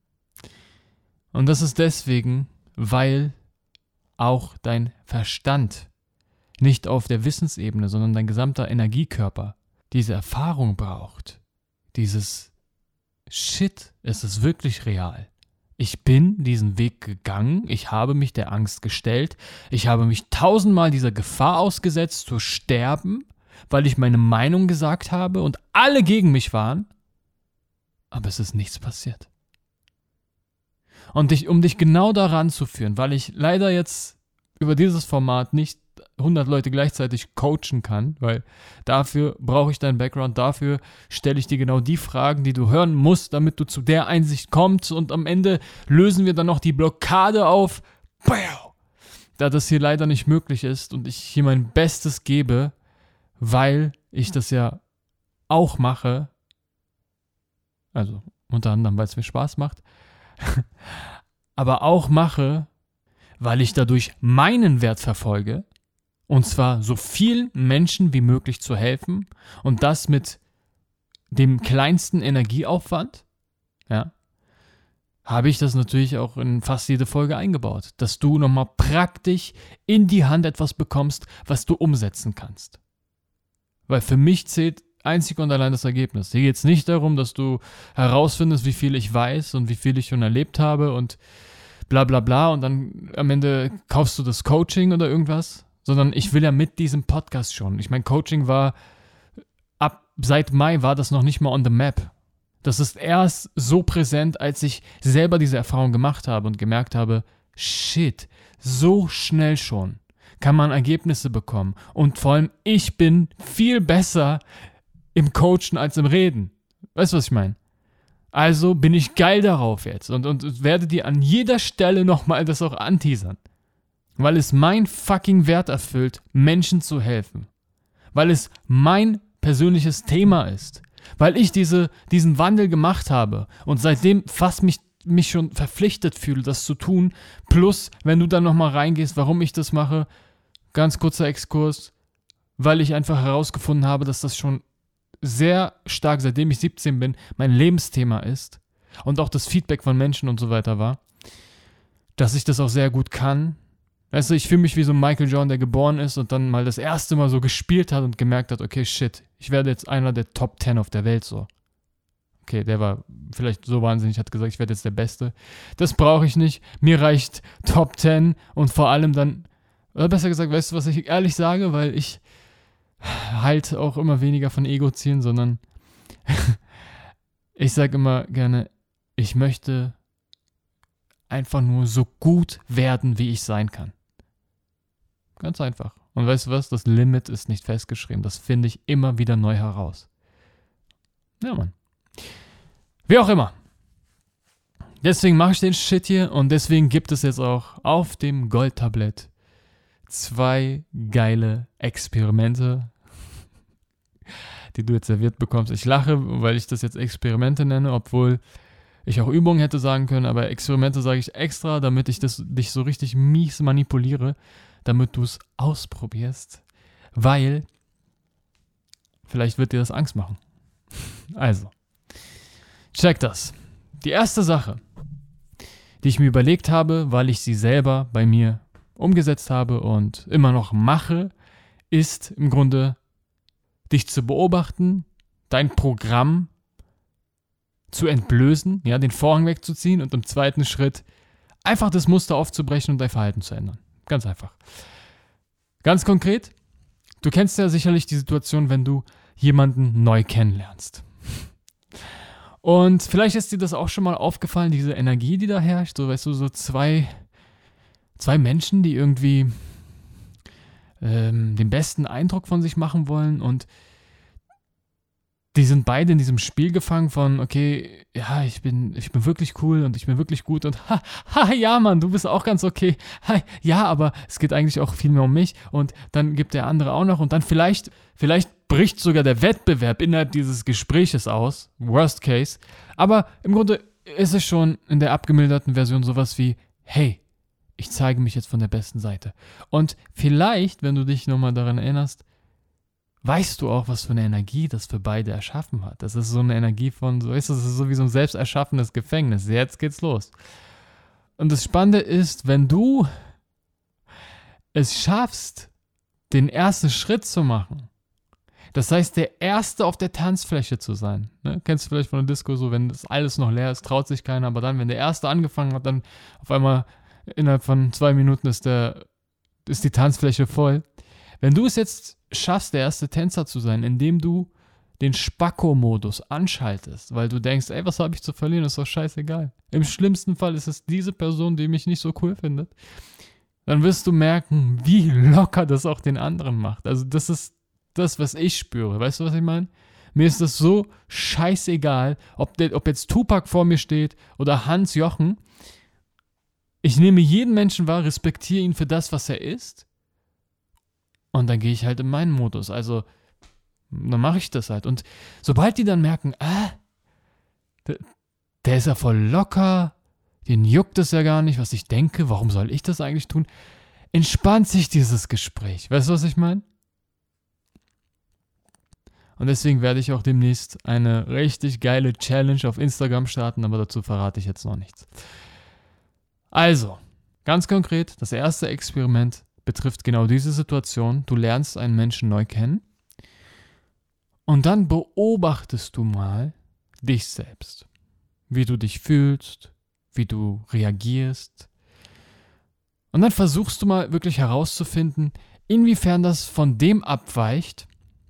Und das ist deswegen, weil auch dein Verstand nicht auf der Wissensebene, sondern dein gesamter Energiekörper diese Erfahrung braucht. Dieses Shit, es ist wirklich real. Ich bin diesen Weg gegangen, ich habe mich der Angst gestellt, ich habe mich 1000-mal dieser Gefahr ausgesetzt zu sterben, weil ich meine Meinung gesagt habe und alle gegen mich waren, aber es ist nichts passiert. Und um dich genau daran zu führen, weil ich leider jetzt über dieses Format nicht 100 Leute gleichzeitig coachen kann, weil dafür brauche ich deinen Background, dafür stelle ich dir genau die Fragen, die du hören musst, damit du zu der Einsicht kommst und am Ende lösen wir dann noch die Blockade auf. Da das hier leider nicht möglich ist und ich hier mein Bestes gebe, weil ich das ja auch mache, also unter anderem, weil es mir Spaß macht, aber auch mache, weil ich dadurch meinen Wert verfolge, und zwar so vielen Menschen wie möglich zu helfen und das mit dem kleinsten Energieaufwand, ja, habe ich das natürlich auch in fast jede Folge eingebaut, dass du nochmal praktisch in die Hand etwas bekommst, was du umsetzen kannst. Weil für mich zählt einzig und allein das Ergebnis. Hier geht es nicht darum, dass du herausfindest, wie viel ich weiß und wie viel ich schon erlebt habe und bla bla bla und dann am Ende kaufst du das Coaching oder irgendwas, sondern ich will ja mit diesem Podcast schon. Ich meine, Coaching war, seit Mai war das noch nicht mal on the map. Das ist erst so präsent, als ich selber diese Erfahrung gemacht habe und gemerkt habe, shit, so schnell schon kann man Ergebnisse bekommen. Und vor allem, ich bin viel besser im Coachen als im Reden. Weißt du, was ich meine? Also bin ich geil darauf jetzt und werde dir an jeder Stelle nochmal das auch anteasern. Weil es mein fucking Wert erfüllt, Menschen zu helfen. Weil es mein persönliches Thema ist. Weil ich diesen Wandel gemacht habe und seitdem fast mich schon verpflichtet fühle, das zu tun. Plus, wenn du dann nochmal reingehst, warum ich das mache, ganz kurzer Exkurs, weil ich einfach herausgefunden habe, dass das schon sehr stark, seitdem ich 17 bin, mein Lebensthema ist und auch das Feedback von Menschen und so weiter war, dass ich das auch sehr gut kann. Weißt du, ich fühle mich wie so ein Michael Jordan, der geboren ist und dann mal das erste Mal so gespielt hat und gemerkt hat, okay, shit, ich werde jetzt einer der Top 10 auf der Welt so. Okay, der war vielleicht so wahnsinnig, hat gesagt, ich werde jetzt der Beste. Das brauche ich nicht. Mir reicht Top 10 und vor allem dann, oder besser gesagt, weißt du, was ich ehrlich sage, weil ich halt auch immer weniger von Ego ziehen, sondern ich sage immer gerne, ich möchte einfach nur so gut werden, wie ich sein kann. Ganz einfach. Und weißt du was? Das Limit ist nicht festgeschrieben. Das finde ich immer wieder neu heraus. Ja, Mann. Wie auch immer. Deswegen mache ich den Shit hier und deswegen gibt es jetzt auch auf dem Goldtablett 2 geile Experimente, die du jetzt serviert bekommst. Ich lache, weil ich das jetzt Experimente nenne, obwohl ich auch Übungen hätte sagen können, aber Experimente sage ich extra, damit ich dich so richtig mies manipuliere, damit du es ausprobierst, weil vielleicht wird dir das Angst machen. Also, check das. Die erste Sache, die ich mir überlegt habe, weil ich sie selber bei mir umgesetzt habe und immer noch mache, ist im Grunde, dich zu beobachten, dein Programm zu entblößen, ja, den Vorhang wegzuziehen und im zweiten Schritt einfach das Muster aufzubrechen und dein Verhalten zu ändern. Ganz einfach. Ganz konkret, du kennst ja sicherlich die Situation, wenn du jemanden neu kennenlernst. Und vielleicht ist dir das auch schon mal aufgefallen, diese Energie, die da herrscht, so weißt du, so zwei zwei Menschen, die irgendwie den besten Eindruck von sich machen wollen und die sind beide in diesem Spiel gefangen von, okay, ja, ich bin wirklich cool und ich bin wirklich gut und ja, Mann, du bist auch ganz okay. Ja, aber es geht eigentlich auch viel mehr um mich und dann gibt der andere auch noch und dann vielleicht bricht sogar der Wettbewerb innerhalb dieses Gespräches aus, worst case, aber im Grunde ist es schon in der abgemilderten Version sowas wie, hey, ich zeige mich jetzt von der besten Seite. Und vielleicht, wenn du dich nochmal daran erinnerst, weißt du auch, was für eine Energie das für beide erschaffen hat. Das ist so eine Energie von, so ist es so wie so ein selbst erschaffenes Gefängnis. Jetzt geht's los. Und das Spannende ist, wenn du es schaffst, den ersten Schritt zu machen, das heißt, der Erste auf der Tanzfläche zu sein. Ne? Kennst du vielleicht von der Disco so, wenn das alles noch leer ist, traut sich keiner, aber dann, wenn der Erste angefangen hat, dann auf einmal innerhalb von 2 Minuten ist die Tanzfläche voll. Wenn du es jetzt schaffst, der erste Tänzer zu sein, indem du den Spacko-Modus anschaltest, weil du denkst, ey, was habe ich zu verlieren, ist doch scheißegal. Im schlimmsten Fall ist es diese Person, die mich nicht so cool findet. Dann wirst du merken, wie locker das auch den anderen macht. Also das ist das, was ich spüre. Weißt du, was ich meine? Mir ist das so scheißegal, ob jetzt Tupac vor mir steht oder Hans Jochen. Ich nehme jeden Menschen wahr, respektiere ihn für das, was er ist. Und dann gehe ich halt in meinen Modus. Also, dann mache ich das halt. Und sobald die dann merken, der ist ja voll locker, den juckt es ja gar nicht, was ich denke, warum soll ich das eigentlich tun, entspannt sich dieses Gespräch. Weißt du, was ich meine? Und deswegen werde ich auch demnächst eine richtig geile Challenge auf Instagram starten, aber dazu verrate ich jetzt noch nichts. Also, ganz konkret, das erste Experiment betrifft genau diese Situation. Du lernst einen Menschen neu kennen und dann beobachtest du mal dich selbst. Wie du dich fühlst, wie du reagierst. Und dann versuchst du mal wirklich herauszufinden, inwiefern das von dem abweicht,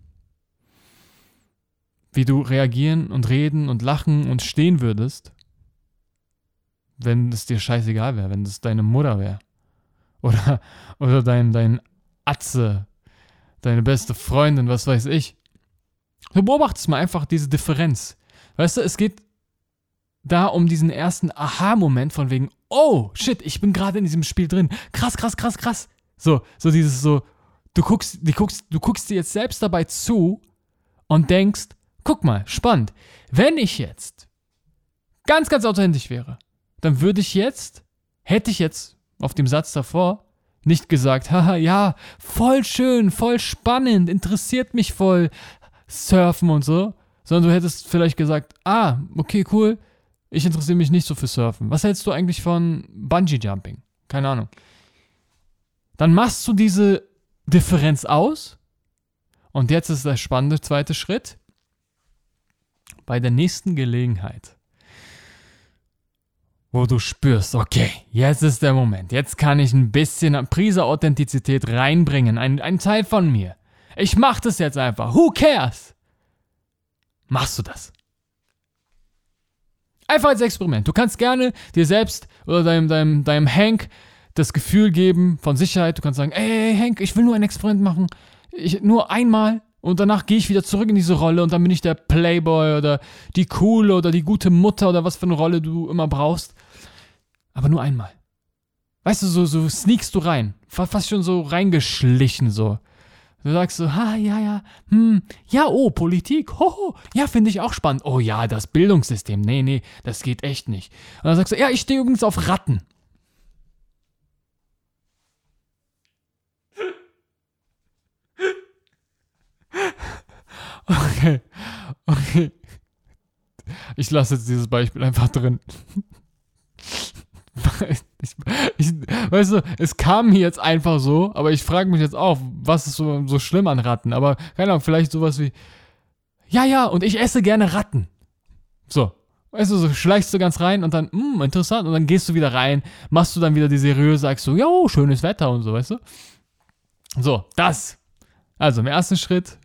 wie du reagieren und reden und lachen und stehen würdest, wenn es dir scheißegal wäre, wenn es deine Mutter wäre. Oder dein Atze, deine beste Freundin, was weiß ich. Du beobachtest mal einfach diese Differenz. Weißt du, es geht da um diesen ersten Aha-Moment von wegen, oh, shit, ich bin gerade in diesem Spiel drin. Krass. So dieses so, du guckst dir jetzt selbst dabei zu und denkst, guck mal, spannend. Wenn ich jetzt ganz authentisch wäre, dann hätte ich jetzt auf dem Satz davor nicht gesagt, haha, ja, voll schön, voll spannend, interessiert mich voll, Surfen und so, sondern du hättest vielleicht gesagt, okay, cool, ich interessiere mich nicht so für Surfen. Was hältst du eigentlich von Bungee-Jumping? Keine Ahnung. Dann machst du diese Differenz aus und jetzt ist der spannende zweite Schritt. Bei der nächsten Gelegenheit, wo du spürst, okay, jetzt ist der Moment, jetzt kann ich ein bisschen Prise Authentizität reinbringen, ein Teil von mir. Ich mach das jetzt einfach, who cares? Machst du das? Einfach als Experiment. Du kannst gerne dir selbst oder deinem Hank das Gefühl geben von Sicherheit. Du kannst sagen, ey Hank, ich will nur ein Experiment machen, nur einmal. Und danach gehe ich wieder zurück in diese Rolle und dann bin ich der Playboy oder die coole oder die gute Mutter oder was für eine Rolle du immer brauchst. Aber nur einmal. Weißt du, so sneakst du rein. Fast schon so reingeschlichen so. Du sagst so, ja, Politik, ja, finde ich auch spannend. Oh ja, das Bildungssystem, nee, das geht echt nicht. Und dann sagst du, ja, ich stehe übrigens auf Ratten. Okay. Ich lasse jetzt dieses Beispiel einfach drin. Weißt du, es kam mir jetzt einfach so, aber ich frage mich jetzt auch, was ist so schlimm an Ratten? Aber keine Ahnung, vielleicht sowas wie, ja, und ich esse gerne Ratten. So, weißt du, so schleichst du ganz rein und dann, interessant, und dann gehst du wieder rein, machst du dann wieder die seriöse, sagst so, jo, schönes Wetter und so, weißt du? So, das. Also im ersten Schritt,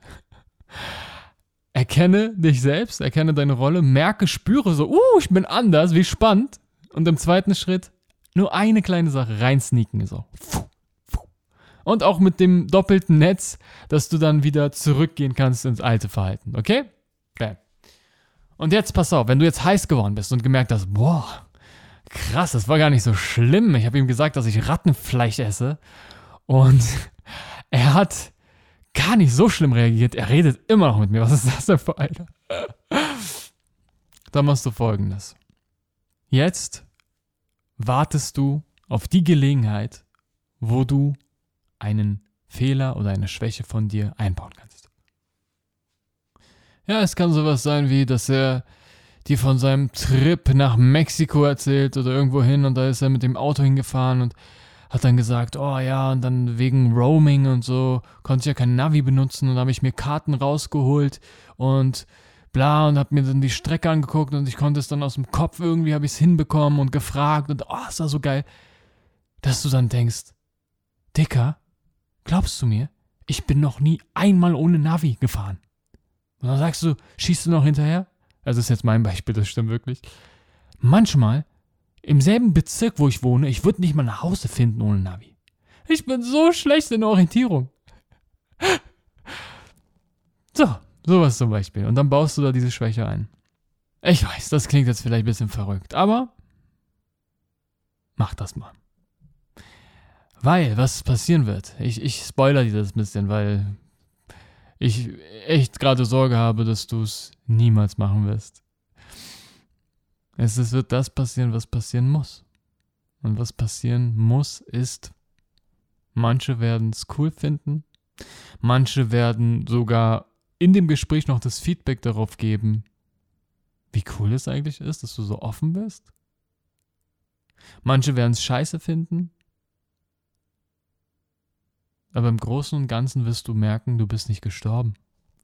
erkenne dich selbst, erkenne deine Rolle, merke, spüre so, ich bin anders, wie spannend. Und im zweiten Schritt, Nur eine kleine Sache, reinsneaken, so. Und auch mit dem doppelten Netz, dass du dann wieder zurückgehen kannst ins alte Verhalten, okay? Bam. Und jetzt pass auf, wenn du jetzt heiß geworden bist und gemerkt hast, boah, krass, das war gar nicht so schlimm. Ich habe ihm gesagt, dass ich Rattenfleisch esse und er hat gar nicht so schlimm reagiert. Er redet immer noch mit mir. Was ist das denn für einer? Dann machst du Folgendes. Jetzt wartest du auf die Gelegenheit, wo du einen Fehler oder eine Schwäche von dir einbauen kannst. Ja, es kann sowas sein wie, dass er dir von seinem Trip nach Mexiko erzählt oder irgendwo hin und da ist er mit dem Auto hingefahren und hat dann gesagt, oh ja, und dann wegen Roaming und so konnte ich ja kein Navi benutzen und habe ich mir Karten rausgeholt und bla und habe mir dann die Strecke angeguckt und ich konnte es dann aus dem Kopf irgendwie, habe ich es hinbekommen und gefragt und oh, es war so geil, dass du dann denkst, Dicker, glaubst du mir, ich bin noch nie einmal ohne Navi gefahren. Und dann sagst du, schießt du noch hinterher? Also das ist jetzt mein Beispiel, das stimmt wirklich. Manchmal, im selben Bezirk, wo ich wohne, ich würde nicht mal nach Hause finden ohne Navi. Ich bin so schlecht in Orientierung. So, sowas zum Beispiel. Und dann baust du da diese Schwäche ein. Ich weiß, das klingt jetzt vielleicht ein bisschen verrückt, aber mach das mal. Weil, was passieren wird, ich spoilere dir das ein bisschen, weil ich echt gerade Sorge habe, dass du es niemals machen wirst. Es wird das passieren, was passieren muss. Und was passieren muss, ist, manche werden es cool finden, manche werden sogar in dem Gespräch noch das Feedback darauf geben, wie cool es eigentlich ist, dass du so offen bist. Manche werden es scheiße finden. Aber im Großen und Ganzen wirst du merken, du bist nicht gestorben.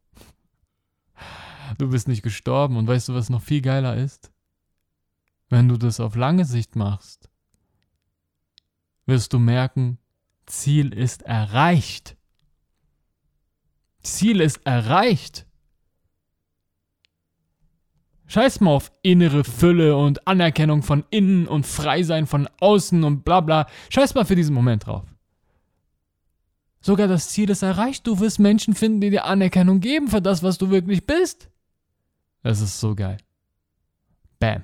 Du bist nicht gestorben. Und weißt du, was noch viel geiler ist? Wenn du das auf lange Sicht machst, wirst du merken, Ziel ist erreicht. Ziel ist erreicht. Scheiß mal auf innere Fülle und Anerkennung von innen und Freisein von außen und bla bla. Scheiß mal für diesen Moment drauf. Sogar das Ziel ist erreicht. Du wirst Menschen finden, die dir Anerkennung geben für das, was du wirklich bist. Das ist so geil. Bam.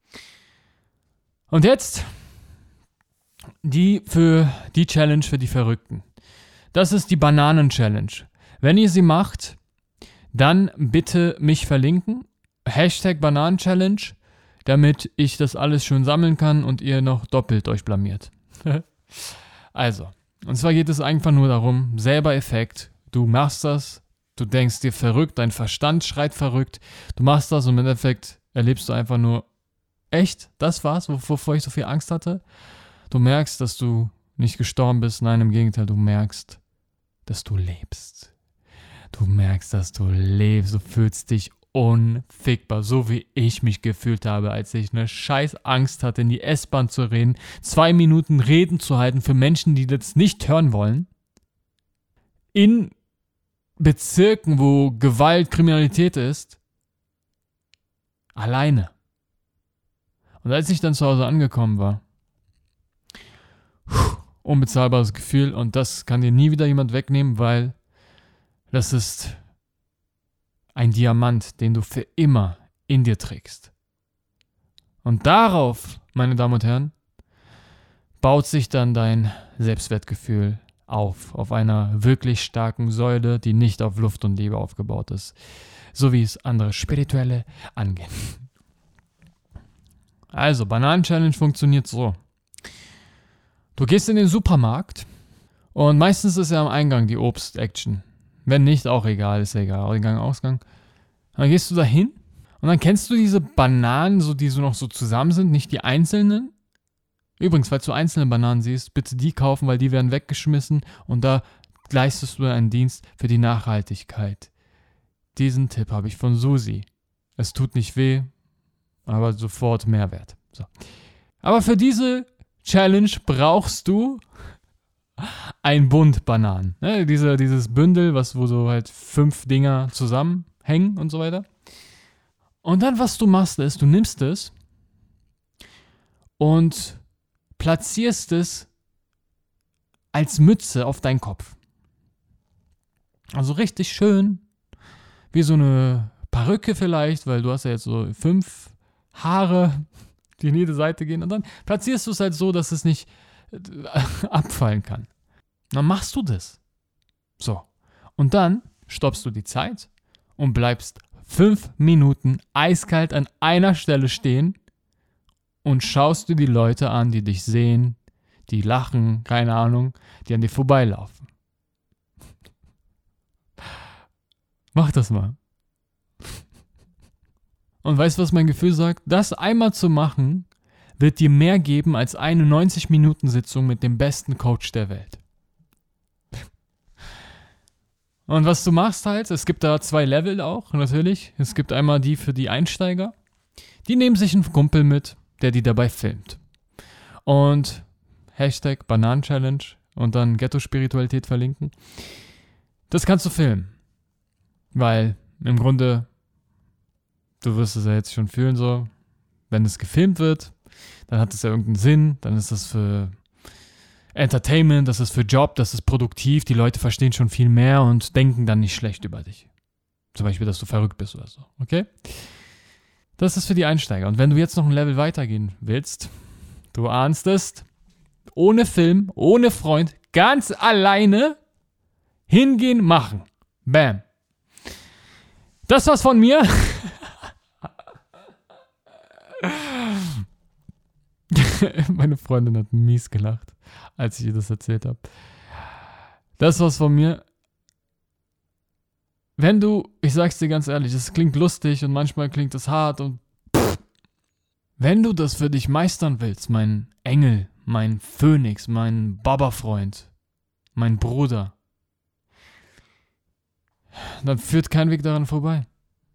Und jetzt die Challenge für die Verrückten. Das ist die Bananen-Challenge. Wenn ihr sie macht, dann bitte mich verlinken. #Bananen-Challenge, damit ich das alles schön sammeln kann und ihr noch doppelt euch blamiert. Also, und zwar geht es einfach nur darum, selber Effekt, du machst das, du denkst dir verrückt, dein Verstand schreit verrückt, du machst das und im Endeffekt erlebst du einfach nur, echt, das war's, wovor ich so viel Angst hatte. Du merkst, dass du nicht gestorben bist, nein, im Gegenteil, du merkst, dass du lebst. Du merkst, dass du lebst, du fühlst dich unfickbar, so wie ich mich gefühlt habe, als ich eine scheiß Angst hatte, in die S-Bahn zu reden, 2 Minuten Reden zu halten für Menschen, die das nicht hören wollen, in Bezirken, wo Gewalt, Kriminalität ist, alleine. Und als ich dann zu Hause angekommen war, unbezahlbares Gefühl und das kann dir nie wieder jemand wegnehmen, weil das ist ein Diamant, den du für immer in dir trägst. Und darauf, meine Damen und Herren, baut sich dann dein Selbstwertgefühl auf einer wirklich starken Säule, die nicht auf Luft und Liebe aufgebaut ist, so wie es andere Spirituelle angehen. Also, Bananen-Challenge funktioniert so. Du gehst in den Supermarkt und meistens ist ja am Eingang die Obst-Action. Wenn nicht, auch egal, ist ja egal. Eingang, Ausgang. Dann gehst du da hin und dann kennst du diese Bananen, so, die so noch so zusammen sind, nicht die einzelnen. Übrigens, falls du einzelne Bananen siehst, bitte die kaufen, weil die werden weggeschmissen und da leistest du einen Dienst für die Nachhaltigkeit. Diesen Tipp habe ich von Susi. Es tut nicht weh, aber sofort Mehrwert. So. Aber für diese Challenge brauchst du ein Bund Bananen. Ne? Dieses Bündel, wo so halt 5 Dinger zusammenhängen und so weiter. Und dann, was du machst, ist, du nimmst es und platzierst es als Mütze auf deinen Kopf. Also richtig schön, wie so eine Perücke vielleicht, weil du hast ja jetzt so 5 Haare, die in jede Seite gehen und dann platzierst du es halt so, dass es nicht abfallen kann. Dann machst du das. So. Und dann stoppst du die Zeit und bleibst 5 Minuten eiskalt an einer Stelle stehen und schaust dir die Leute an, die dich sehen, die lachen, keine Ahnung, die an dir vorbeilaufen. Mach das mal. Und weißt du, was mein Gefühl sagt? Das einmal zu machen, wird dir mehr geben als eine 90-Minuten-Sitzung mit dem besten Coach der Welt. Und was du machst halt, es gibt da 2 Level auch, natürlich. Es gibt einmal die für die Einsteiger. Die nehmen sich einen Kumpel mit, der die dabei filmt. Und Hashtag Bananen-Challenge und dann Ghetto-Spiritualität verlinken. Das kannst du filmen. Weil im Grunde, du wirst es ja jetzt schon fühlen so, wenn es gefilmt wird, dann hat es ja irgendeinen Sinn, dann ist das für Entertainment, das ist für Job, das ist produktiv, die Leute verstehen schon viel mehr und denken dann nicht schlecht über dich. Zum Beispiel, dass du verrückt bist oder so, okay? Das ist für die Einsteiger. Und wenn du jetzt noch ein Level weitergehen willst, du ahnst es, ohne Film, ohne Freund, ganz alleine hingehen, machen. Bam. Das war's von mir. Meine Freundin hat mies gelacht, als ich ihr das erzählt habe. Das war's von mir. Wenn du, ich sag's dir ganz ehrlich, es klingt lustig und manchmal klingt es hart und wenn du das für dich meistern willst, mein Engel, mein Phönix, mein Baba-Freund, mein Bruder, dann führt kein Weg daran vorbei.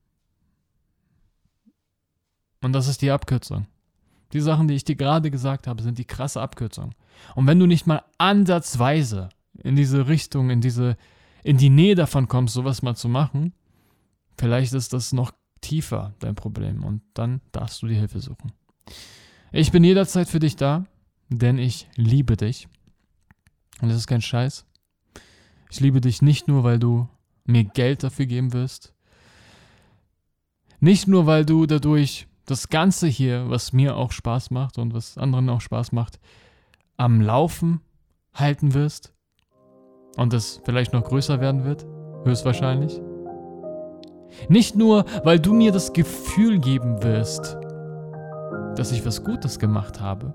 Und das ist die Abkürzung. Die Sachen, die ich dir gerade gesagt habe, sind die krasse Abkürzung. Und wenn du nicht mal ansatzweise in diese Richtung, in die Nähe davon kommst, sowas mal zu machen, vielleicht ist das noch tiefer dein Problem und dann darfst du die Hilfe suchen. Ich bin jederzeit für dich da, denn ich liebe dich. Und das ist kein Scheiß. Ich liebe dich nicht nur, weil du mir Geld dafür geben wirst. Nicht nur, weil du dadurch das Ganze hier, was mir auch Spaß macht und was anderen auch Spaß macht, am Laufen halten wirst und es vielleicht noch größer werden wird, höchstwahrscheinlich. Nicht nur, weil du mir das Gefühl geben wirst, dass ich was Gutes gemacht habe,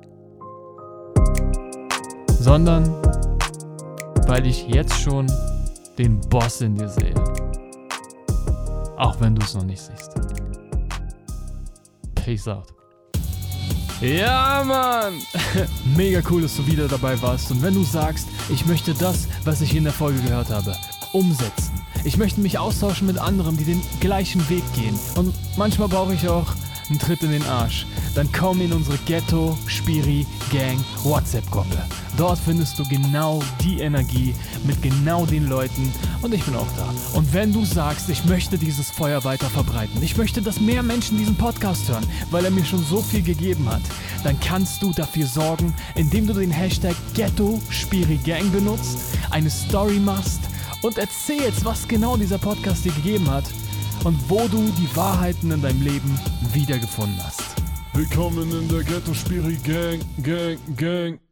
sondern weil ich jetzt schon den Boss in dir sehe. Auch wenn du es noch nicht siehst. Peace out. Ja, Mann! Mega cool, dass du wieder dabei warst. Und wenn du sagst, ich möchte das, was ich in der Folge gehört habe, umsetzen. Ich möchte mich austauschen mit anderen, die den gleichen Weg gehen. Und manchmal brauche ich auch einen Tritt in den Arsch. Dann komm in unsere Ghetto-Spiri-Gang WhatsApp-Gruppe. Dort findest du genau die Energie mit genau den Leuten und ich bin auch da. Und wenn du sagst, ich möchte dieses Feuer weiter verbreiten, ich möchte, dass mehr Menschen diesen Podcast hören, weil er mir schon so viel gegeben hat, dann kannst du dafür sorgen, indem du den Hashtag Ghetto-Spiri-Gang benutzt, eine Story machst und erzählst, was genau dieser Podcast dir gegeben hat und wo du die Wahrheiten in deinem Leben wiedergefunden hast. Willkommen in der Ghetto-Spiri-Gang, Gang, Gang.